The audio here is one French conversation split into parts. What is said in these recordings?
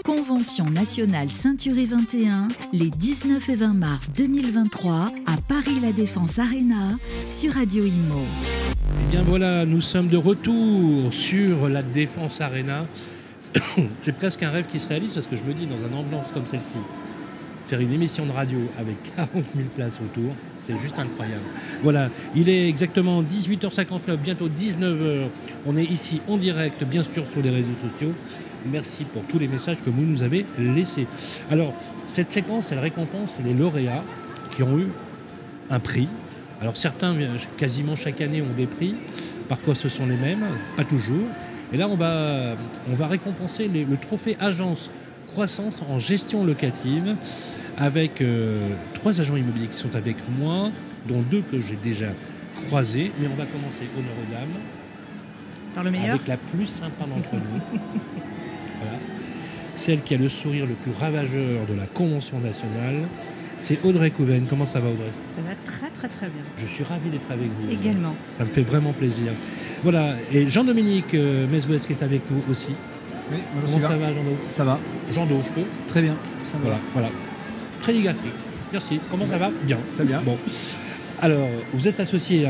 Convention nationale Ceinturie 21, les 19 et 20 mars 2023 à Paris La Défense Arena sur Radio Imo. Eh bien voilà, nous sommes de retour sur la Défense Arena. C'est presque un rêve qui se réalise parce que je me dis, dans une ambiance comme celle-ci, faire une émission de radio avec 40 000 places autour, c'est juste incroyable. Voilà, il est exactement 18h59, bientôt 19h. On est ici en direct, bien sûr, sur les réseaux sociaux. Merci pour tous les messages que vous nous avez laissés. Alors, cette séquence, elle récompense les lauréats qui ont eu un prix. Alors, certains, quasiment chaque année, ont des prix. Parfois, ce sont les mêmes, pas toujours. Et là, on va récompenser le trophée Agence Croissance en gestion locative avec 3 agents immobiliers qui sont avec moi, dont 2 que j'ai déjà croisés. Mais on va commencer honneur aux dames. Par le meilleur. Avec la plus sympa d'entre nous. Voilà. Celle qui a le sourire le plus ravageur de la Convention nationale, c'est Audrey Couven. Comment ça va, Audrey ? Ça va très très très bien. Je suis ravi d'être avec vous. Également. Ça me fait vraiment plaisir. Voilà, et Jean-Dominique Mesouès qui est avec nous aussi. Oui, comment ça va, Jean-Do ? Ça va. Jean-Do, je peux ? Très bien. Ça va. Voilà. Très négatif. Merci. Comment ça va ? Bien. Ça bien. Bon. Alors, vous êtes associé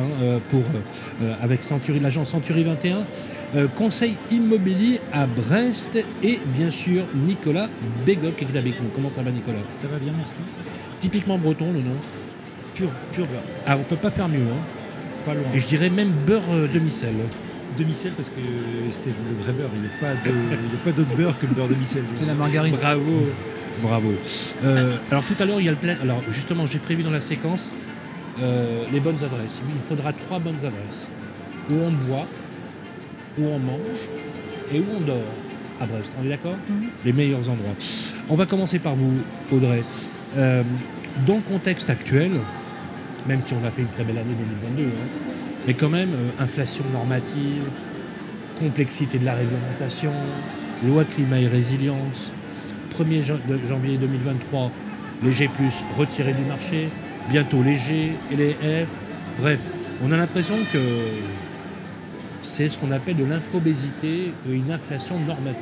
avec l'agence Ceinturie 21, conseil immobilier à Brest et bien sûr Nicolas Bégoc qui est avec nous. Comment ça va, Nicolas ? Ça va bien, merci. Typiquement breton, le nom ? Pur beurre. Ah, on peut pas faire mieux, hein ? Pas loin. Et je dirais même beurre demi-sel. Demi-sel parce que c'est le vrai beurre. Il n'y a pas d'autre beurre que le beurre demi-sel. C'est la margarine. Bravo. Alors tout à l'heure, il y a le plein. Alors justement, j'ai prévu dans la séquence les bonnes adresses. Il faudra 3 bonnes adresses. Où on boit, où on mange et où on dort à Brest. On est d'accord ? Les meilleurs endroits. On va commencer par vous, Audrey. Dans le contexte actuel, même si on a fait une très belle année 2022, mais quand même, inflation normative, complexité de la réglementation, loi climat et résilience, 1er janvier 2023, les G+, retirés du marché, bientôt les G et les F. Bref, on a l'impression que c'est ce qu'on appelle de l'infobésité et une inflation normative.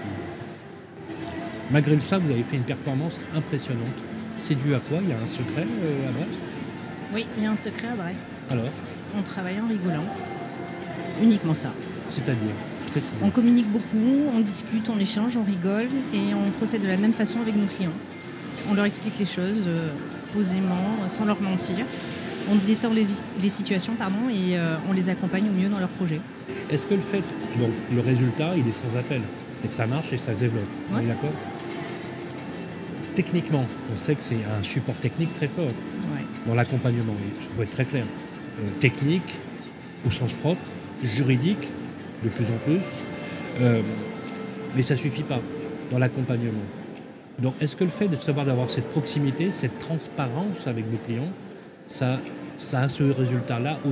Malgré ça, vous avez fait une performance impressionnante. C'est dû à quoi ? Il y a un secret à Brest ? Oui, il y a un secret à Brest. Alors ? On travaille en rigolant. Uniquement ça. C'est-à-dire ? On communique beaucoup, on discute, on échange, on rigole et on procède de la même façon avec nos clients. On leur explique les choses posément, sans leur mentir. On détend les situations et on les accompagne au mieux dans leurs projets. Est-ce que donc le résultat, il est sans appel. C'est que ça marche et que ça se développe. Ouais. On est d'accord ? Techniquement, on sait que c'est un support technique très fort dans l'accompagnement. Il faut être très clair. Technique, au sens propre, juridique, de plus en plus. Mais ça ne suffit pas dans l'accompagnement. Donc, est-ce que le fait de savoir d'avoir cette proximité, cette transparence avec nos clients, ça a ce résultat-là aussi ?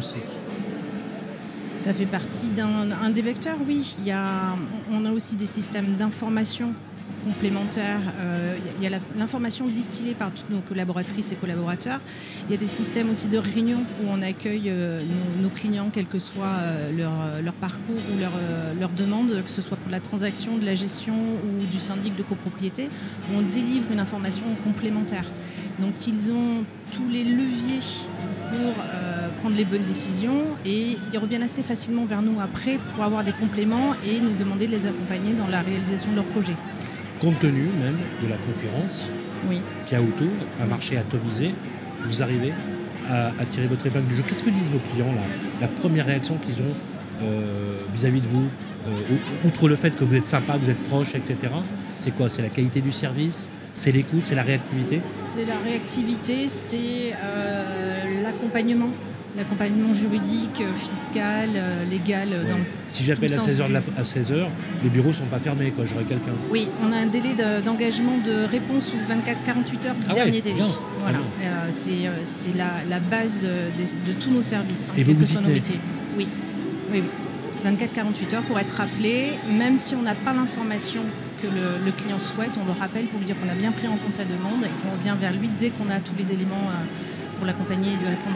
Ça fait partie d'un des vecteurs, oui. On a aussi des systèmes d'information complémentaires. Il y a l'information distillée par toutes nos collaboratrices et collaborateurs. Il y a des systèmes aussi de réunion où on accueille nos clients, quel que soit leur parcours ou leur demande, que ce soit pour la transaction, de la gestion ou du syndic de copropriété, où on délivre une information complémentaire. Donc ils ont tous les leviers pour prendre les bonnes décisions et ils reviennent assez facilement vers nous après pour avoir des compléments et nous demander de les accompagner dans la réalisation de leurs projets. Compte tenu même de la concurrence qu'il y a autour, un marché atomisé, vous arrivez à tirer votre épingle du jeu. Qu'est-ce que disent vos clients là ? La première réaction qu'ils ont vis-à-vis de vous, outre le fait que vous êtes sympa, que vous êtes proche, etc., c'est quoi ? C'est la qualité du service ? C'est l'écoute ? C'est la réactivité ? C'est la réactivité, c'est l'accompagnement. L'accompagnement juridique, fiscal, légal. Ouais. Si j'appelle à 16h, les bureaux ne sont pas fermés, quoi. J'aurai quelqu'un. Oui, on a un délai d'engagement de réponse sous 24-48 heures du dernier délai. Voilà. C'est la base de tous nos services. Et vous y tenez ? Oui. 24-48 heures pour être rappelé, même si on n'a pas l'information que le client souhaite, on le rappelle pour lui dire qu'on a bien pris en compte sa demande et qu'on revient vers lui dès qu'on a tous les éléments pour l'accompagner et lui répondre.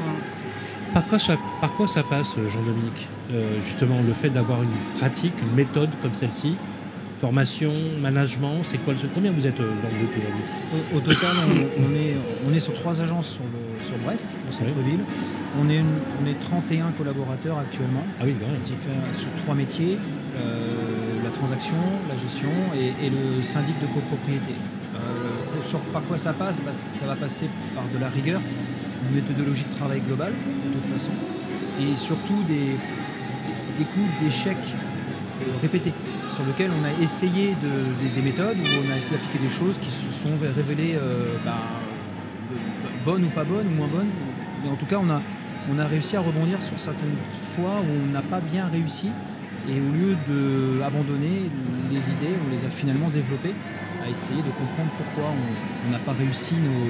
Par quoi ça passe, Jean-Dominique ? Justement, le fait d'avoir une pratique, une méthode comme celle-ci, Formation, management, c'est quoi combien vous êtes dans le groupe aujourd'hui? Au total, on est sur 3 agences sur Brest, au centre-ville. On est 31 collaborateurs actuellement, Ah oui, quand même. sur 3 métiers, la transaction, la gestion et le syndic de copropriété. Par quoi ça passe? Ça va passer par de la rigueur, une méthodologie de travail globale, de toute façon, et surtout des coups d'échecs répétés, sur lesquels on a essayé des méthodes, où on a essayé d'appliquer des choses qui se sont révélées bonnes ou pas bonnes, ou moins bonnes. Mais en tout cas, on a réussi à rebondir sur certaines fois où on n'a pas bien réussi. Et au lieu d'abandonner les idées, on les a finalement développées, à essayer de comprendre pourquoi on n'a pas réussi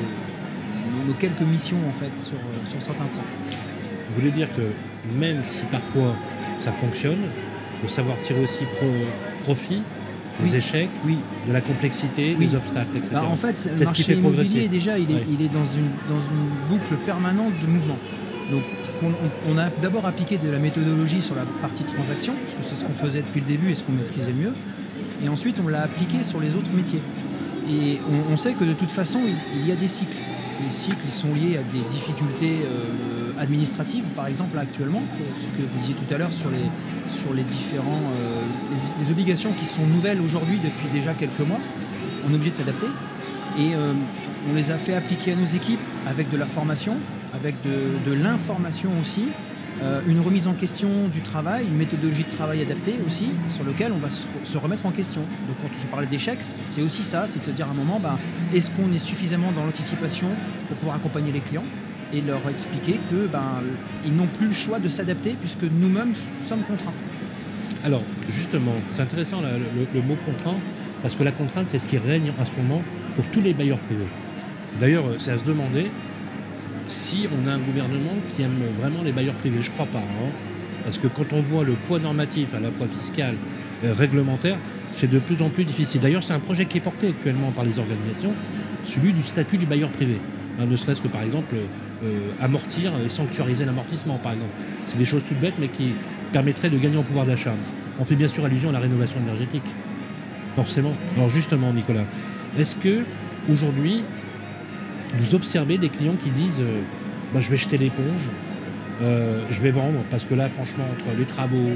nos quelques missions en fait, sur certains points. Vous voulez dire que même si parfois ça fonctionne, il faut savoir tirer aussi profit des échecs, de la complexité, des obstacles, etc. En fait, c'est le ce qui marché fait progresser. immobilier, déjà, il est dans une boucle permanente de mouvement. Donc, on a d'abord appliqué de la méthodologie sur la partie transaction, parce que c'est ce qu'on faisait depuis le début et ce qu'on maîtrisait mieux. Et ensuite, on l'a appliqué sur les autres métiers. Et on sait que de toute façon, il y a des cycles. Les cycles, ils sont liés à des difficultés administratives, par exemple, là, actuellement, ce que vous disiez tout à l'heure sur les différents les obligations qui sont nouvelles aujourd'hui depuis déjà quelques mois. On est obligé de s'adapter. Et on les a fait appliquer à nos équipes avec de la formation, avec de l'information aussi, une remise en question du travail, une méthodologie de travail adaptée aussi, sur lequel on va se remettre en question. Donc quand je parlais d'échecs, c'est aussi ça, c'est de se dire à un moment, est-ce qu'on est suffisamment dans l'anticipation pour pouvoir accompagner les clients et leur expliquer qu'ils n'ont plus le choix de s'adapter puisque nous-mêmes sommes contraints. Alors justement, c'est intéressant le mot contraint, parce que la contrainte, c'est ce qui règne en ce moment pour tous les bailleurs privés. D'ailleurs, c'est à se demander si on a un gouvernement qui aime vraiment les bailleurs privés. Je ne crois pas, parce que quand on voit le poids normatif, à la fois fiscal, réglementaire, c'est de plus en plus difficile. D'ailleurs, c'est un projet qui est porté actuellement par les organisations, celui du statut du bailleur privé. Ne serait-ce que, par exemple, amortir et sanctuariser l'amortissement, par exemple. C'est des choses toutes bêtes, mais qui permettraient de gagner en pouvoir d'achat. On fait bien sûr allusion à la rénovation énergétique, forcément. Alors justement, Nicolas, est-ce que aujourd'hui, vous observez des clients qui disent je vais jeter l'éponge, je vais vendre, parce que là, franchement, entre les travaux,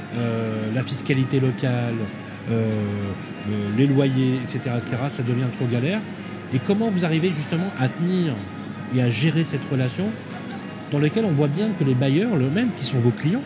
la fiscalité locale, les loyers, etc., ça devient trop galère. Et comment vous arrivez justement à tenir et à gérer cette relation dans laquelle on voit bien que les bailleurs, eux-mêmes, qui sont vos clients,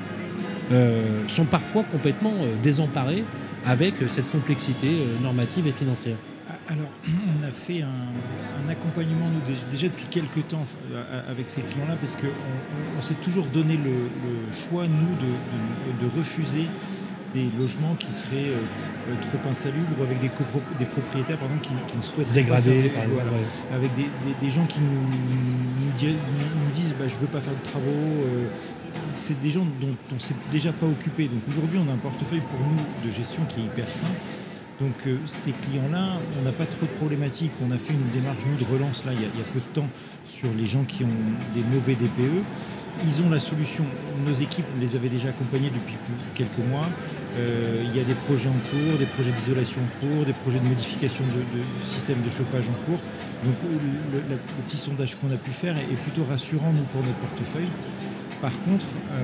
sont parfois complètement désemparés avec cette complexité normative et financière? Alors, on a fait un accompagnement, nous, déjà depuis quelques temps avec ces clients-là, parce qu'on s'est toujours donné le choix, nous, de refuser des logements qui seraient trop insalubres, avec des propriétaires pardon, qui ne souhaitent dégradés, pas faire, par exemple, avec des gens qui nous disent je ne veux pas faire de travaux. C'est des gens dont on ne s'est déjà pas occupé. Donc aujourd'hui, on a un portefeuille pour nous de gestion qui est hyper sain. Donc ces clients-là, on n'a pas trop de problématiques. On a fait une démarche, nous, de relance là, il y a peu de temps sur les gens qui ont des mauvais DPE. Ils ont la solution. Nos équipes les avaient déjà accompagnés depuis quelques mois. Il y a des projets en cours, des projets d'isolation en cours, des projets de modification de système de chauffage en cours. Donc le petit sondage qu'on a pu faire est plutôt rassurant, nous, pour notre portefeuille. Par contre,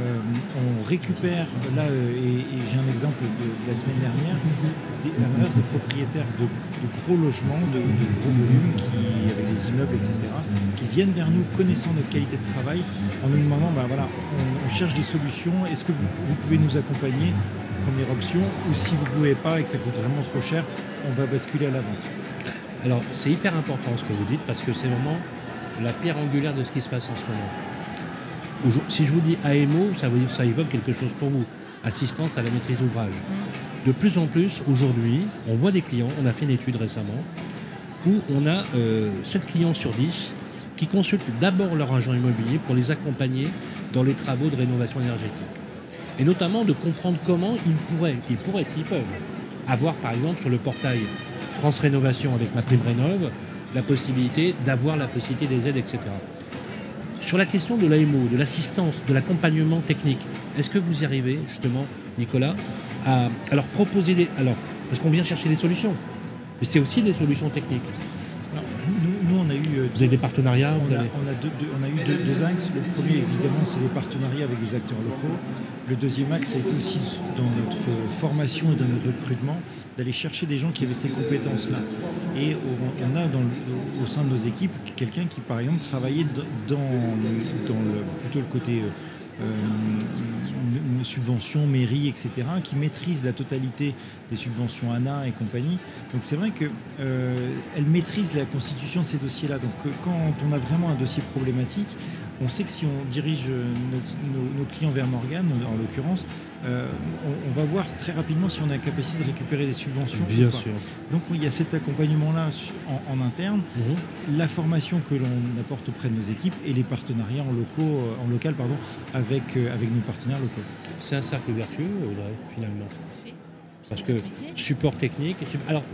on récupère, là, et j'ai un exemple de la semaine dernière, à l'inverse des propriétaires de gros logements, de gros volumes, avec des immeubles, etc., qui viennent vers nous connaissant notre qualité de travail, en nous demandant, on cherche des solutions, est-ce que vous pouvez nous accompagner, première option, ou si vous ne pouvez pas et que ça coûte vraiment trop cher, on va basculer à la vente. Alors, c'est hyper important ce que vous dites, parce que c'est vraiment la pierre angulaire de ce qui se passe en ce moment. Si je vous dis AMO, ça évoque quelque chose pour vous. Assistance à la maîtrise d'ouvrage. De plus en plus, aujourd'hui, on voit des clients, on a fait une étude récemment, où on a 7 clients sur 10 qui consultent d'abord leur agent immobilier pour les accompagner dans les travaux de rénovation énergétique. Et notamment de comprendre comment ils pourraient, s'ils peuvent, avoir par exemple sur le portail France Rénovation avec ma prime rénov, la possibilité des aides, etc. Sur la question de l'AMO, de l'assistance, de l'accompagnement technique, est-ce que vous y arrivez justement, Nicolas, à leur proposer Parce qu'on vient chercher des solutions. Mais c'est aussi des solutions techniques. Alors, nous, on a eu... Vous avez des partenariats On a eu deux axes. Le premier, évidemment, c'est les partenariats avec les acteurs locaux. Le deuxième axe a été aussi dans notre formation et dans notre recrutement d'aller chercher des gens qui avaient ces compétences-là. Et on a au sein de nos équipes quelqu'un qui, par exemple, travaillait plutôt le côté subventions, mairie, etc., qui maîtrise la totalité des subventions ANA et compagnie. Donc c'est vrai qu'elle maîtrise la constitution de ces dossiers-là. Donc quand on a vraiment un dossier problématique, on sait que si on dirige nos clients vers Morgane, en l'occurrence, on va voir très rapidement si on a la capacité de récupérer des subventions. Bien sûr. Donc il y a cet accompagnement-là en interne, la formation que l'on apporte auprès de nos équipes et les partenariats en local avec nos partenaires locaux. C'est un cercle vertueux, Audrey, finalement. Tout à fait. Parce C'est que notre métier. support technique... Alors,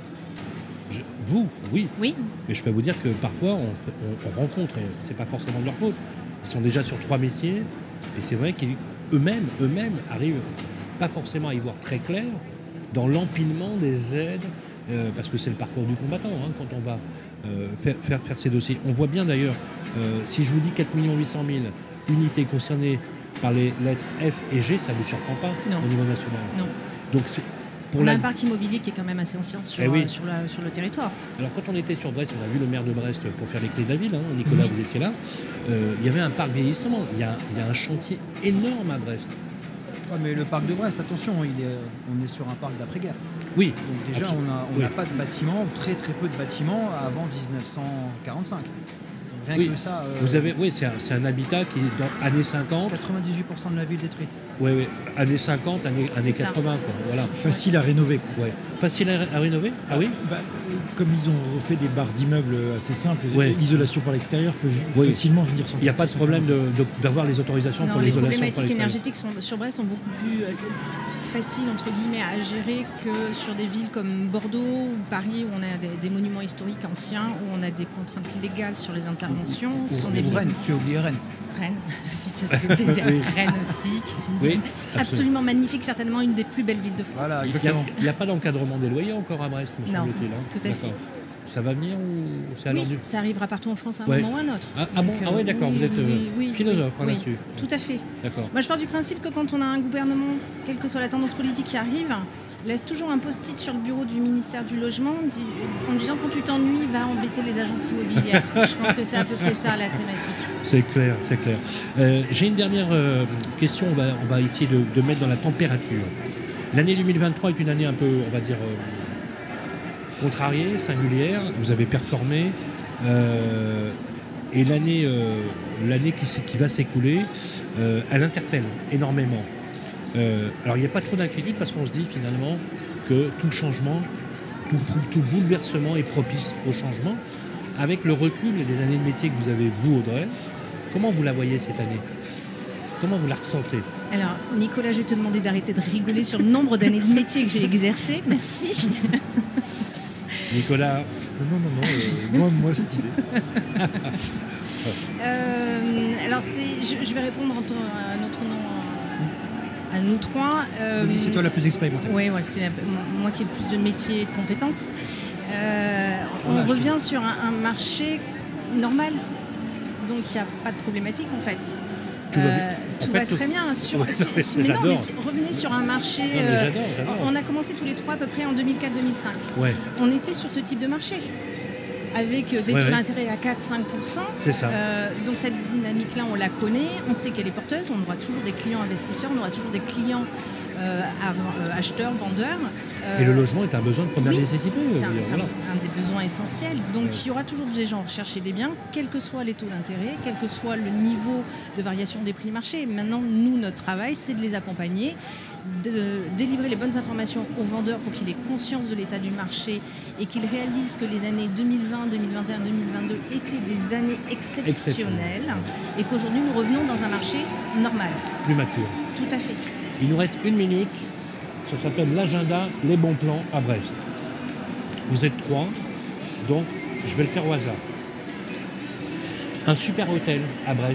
vous, oui. Oui, Mais je peux vous dire que parfois, on rencontre, et c'est pas forcément de leur faute, ils sont déjà sur 3 métiers, et c'est vrai qu'eux-mêmes arrivent pas forcément à y voir très clair dans l'empilement des aides, parce que c'est le parcours du combattant, quand on va faire ces dossiers. On voit bien d'ailleurs, si je vous dis 4 800 000 unités concernées par les lettres F et G, ça ne vous surprend pas Non. au niveau national. non. Donc c'est... On a un parc immobilier qui est quand même assez ancien sur le territoire. Alors quand on était sur Brest, on a vu le maire de Brest pour faire les clés de la ville, Nicolas, vous étiez là, il y avait un parc vieillissant, il y a un chantier énorme à Brest. Ouais, mais le parc de Brest, attention, on est sur un parc d'après-guerre. Oui. Donc déjà, on n'a pas de bâtiments, très très peu de bâtiments avant 1945. Donc rien que ça... Vous avez, c'est un habitat qui est dans années 50. 98% de la ville détruite. Oui, années 50, années 80, quoi. Voilà. Facile à rénover. Ouais. Facile à rénover. Ah oui. Comme ils ont refait des barres d'immeubles assez simples, Ouais. l'isolation par l'extérieur peut facilement venir sans. Il n'y a pas de problème d'avoir les autorisations Non, pour les l'isolation par problématiques l'extérieur. énergétiques sur Brest sont beaucoup plus faciles entre guillemets à gérer que sur des villes comme Bordeaux ou Paris où on a des monuments historiques anciens, où on a des contraintes légales sur les interventions. Ce sont des Rennes, tu as oublié Rennes. Rennes, si ça te fait plaisir. Oui. Rennes aussi, qui est une Oui, ville absolument magnifique, certainement une des plus belles villes de France. Voilà, Il exactement. n'y a pas d'encadrement des loyers encore à Brest, me Non, semble-t-il. tout à fait. Ça va venir ou c'est à l'heure Oui, du... ça arrivera partout en France à un Ouais. moment ou à un autre. Ah Donc, bon, oui, d'accord, vous êtes philosophe oui, là-dessus. Tout à fait. D'accord. Moi, je pars du principe que quand on a un gouvernement, quelle que soit la tendance politique qui arrive, laisse toujours un post-it sur le bureau du ministère du Logement en disant quand tu t'ennuies, va embêter les agences immobilières. Je pense que c'est à peu près ça la thématique. C'est clair, c'est clair. J'ai une dernière question, on va essayer de mettre dans la température. L'année 2023 est une année un peu, on va dire, contrariée, singulière. Vous avez performé. Et l'année qui va s'écouler, elle interpelle énormément. Alors il n'y a pas trop d'inquiétude parce qu'on se dit finalement que tout changement, tout bouleversement est propice au changement. Avec le recul des années de métier que vous avez, vous Audrey, comment vous la voyez cette année ? Comment vous la ressentez ? Alors, Nicolas, je vais te demander d'arrêter de rigoler sur le nombre d'années de métier que j'ai exercé. Merci. Nicolas ? Non, moi cette idée. Alors, je vais répondre à notre nom, à nous trois. Vas-y, c'est toi la plus expérimentée. Oui, c'est moi qui ai le plus de métiers et de compétences. On revient sur un marché normal, donc il n'y a pas de problématique en fait. Tout va très bien. Revenez sur un marché. J'adore. On a commencé tous les trois à peu près en 2004-2005. Ouais. On était sur ce type de marché, avec des taux d'intérêt à 4-5%. C'est ça. Donc cette dynamique-là, on la connaît, on sait qu'elle est porteuse, on aura toujours des clients investisseurs, on aura toujours des clients acheteurs, vendeurs. Et le logement est un besoin de première nécessité. C'est un des besoins essentiels. Donc il y aura toujours des gens rechercher des biens, quels que soient les taux d'intérêt, quel que soit le niveau de variation des prix marché. Maintenant, nous, notre travail, c'est de les accompagner, de délivrer les bonnes informations aux vendeurs pour qu'ils aient conscience de l'état du marché et qu'ils réalisent que les années 2020, 2021, 2022 étaient des années exceptionnelles et qu'aujourd'hui, nous revenons dans un marché normal. Plus mature. Tout à fait. Il nous reste 1 minute. Ça s'appelle l'agenda, les bons plans à Brest. Vous êtes 3, donc je vais le faire au hasard. Un super hôtel à Brest,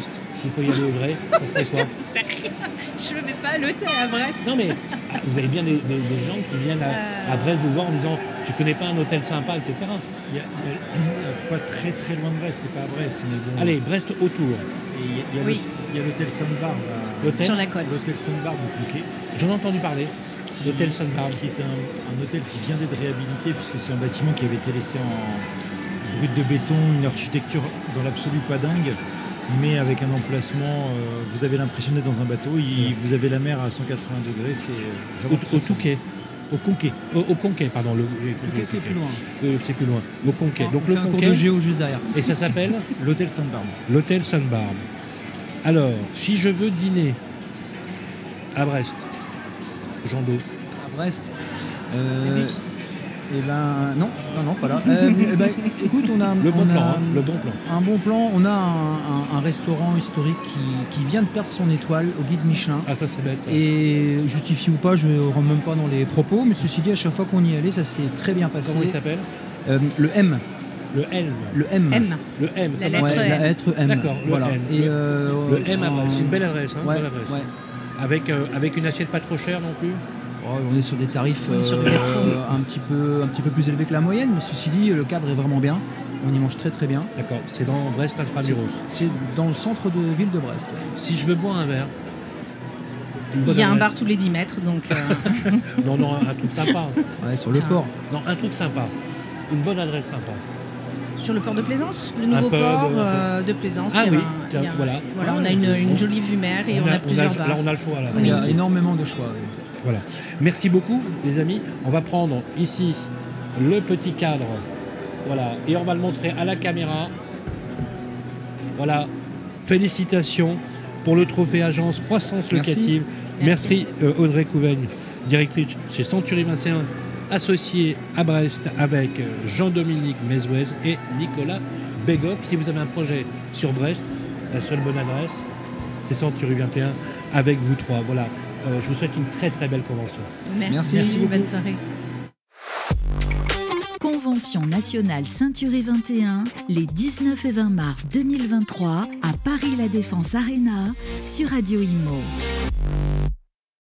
il faut y aller au vrai, ça serait quoi? Je ne vais pas à l'hôtel à Brest. Non mais vous avez bien des gens qui viennent à Brest vous voir en disant tu connais pas un hôtel sympa, etc. Il y a pas très très loin de Brest, c'est pas à Brest. Mais bon. Allez, Brest autour. Et il y a l'hôtel Sainte-Barbe Sur la côte. L'hôtel Sainte-Barbe au Touquet. J'en ai entendu parler. L'hôtel Sainte-Barbe. Qui est un hôtel qui vient d'être réhabilité puisque c'est un bâtiment qui avait été laissé en brut de béton, une architecture dans l'absolu pas dingue. Mais avec un emplacement, vous avez l'impression d'être dans un bateau, vous avez la mer à 180 degrés, c'est au Touquet. Au Conquet. Au Conquet, pardon. Le Touquet, c'est plus loin. C'est plus loin. Au Conquet. Donc le Conquet. De géo juste derrière. Et ça s'appelle l'hôtel Sainte-Barbe. L'hôtel Sainte-Barbe. Alors, si je veux dîner à Brest, Jean Do. À Brest. Eh ben non, pas là. Écoute, on a le bon plan. Un bon plan. On a un restaurant historique qui vient de perdre son étoile au guide Michelin. Ah ça c'est bête. Et justifié ou pas, je ne rentre même pas dans les propos, mais ceci dit, à chaque fois qu'on y allait, ça s'est très bien passé. Comment il s'appelle? Le M. Le L. Le M. Le M. La lettre M. La lettre M. D'accord. Voilà. M. Et le M. C'est une belle adresse. Ouais, belle adresse. Ouais. Avec une assiette pas trop chère non plus. On est sur des tarifs un petit peu plus élevés que la moyenne, mais ceci dit, le cadre est vraiment bien. On y mange très très bien. D'accord, c'est dans Brest Intramuros. C'est dans le centre de ville de Brest. Si je veux boire un verre. Il y a un bar tous les 10 mètres, donc... Non, un truc sympa. Ouais, sur le port. Non, un truc sympa. Une bonne adresse sympa. Sur le port de Plaisance, le nouveau port de Plaisance. Ah oui, voilà. On a une jolie vue mer et on a plusieurs bars. Là, on a le choix. Là. Il y a énormément de choix. Oui. Voilà. Merci beaucoup, les amis. On va prendre ici le petit cadre. Voilà. Et on va le montrer à la caméra. Voilà. Félicitations pour le trophée agence Croissance Locative. Merci Audrey Couvaigne, directrice chez Century 21, associée à Brest avec Jean-Dominique Mezouez et Nicolas Bégoc. Si vous avez un projet sur Brest, la seule bonne adresse, c'est Century 21 avec vous trois. Voilà. Je vous souhaite une très très belle convention. Merci beaucoup. Bonne soirée. Convention nationale Ceinturie 21, les 19 et 20 mars 2023 à Paris La Défense Arena sur Radio Imo.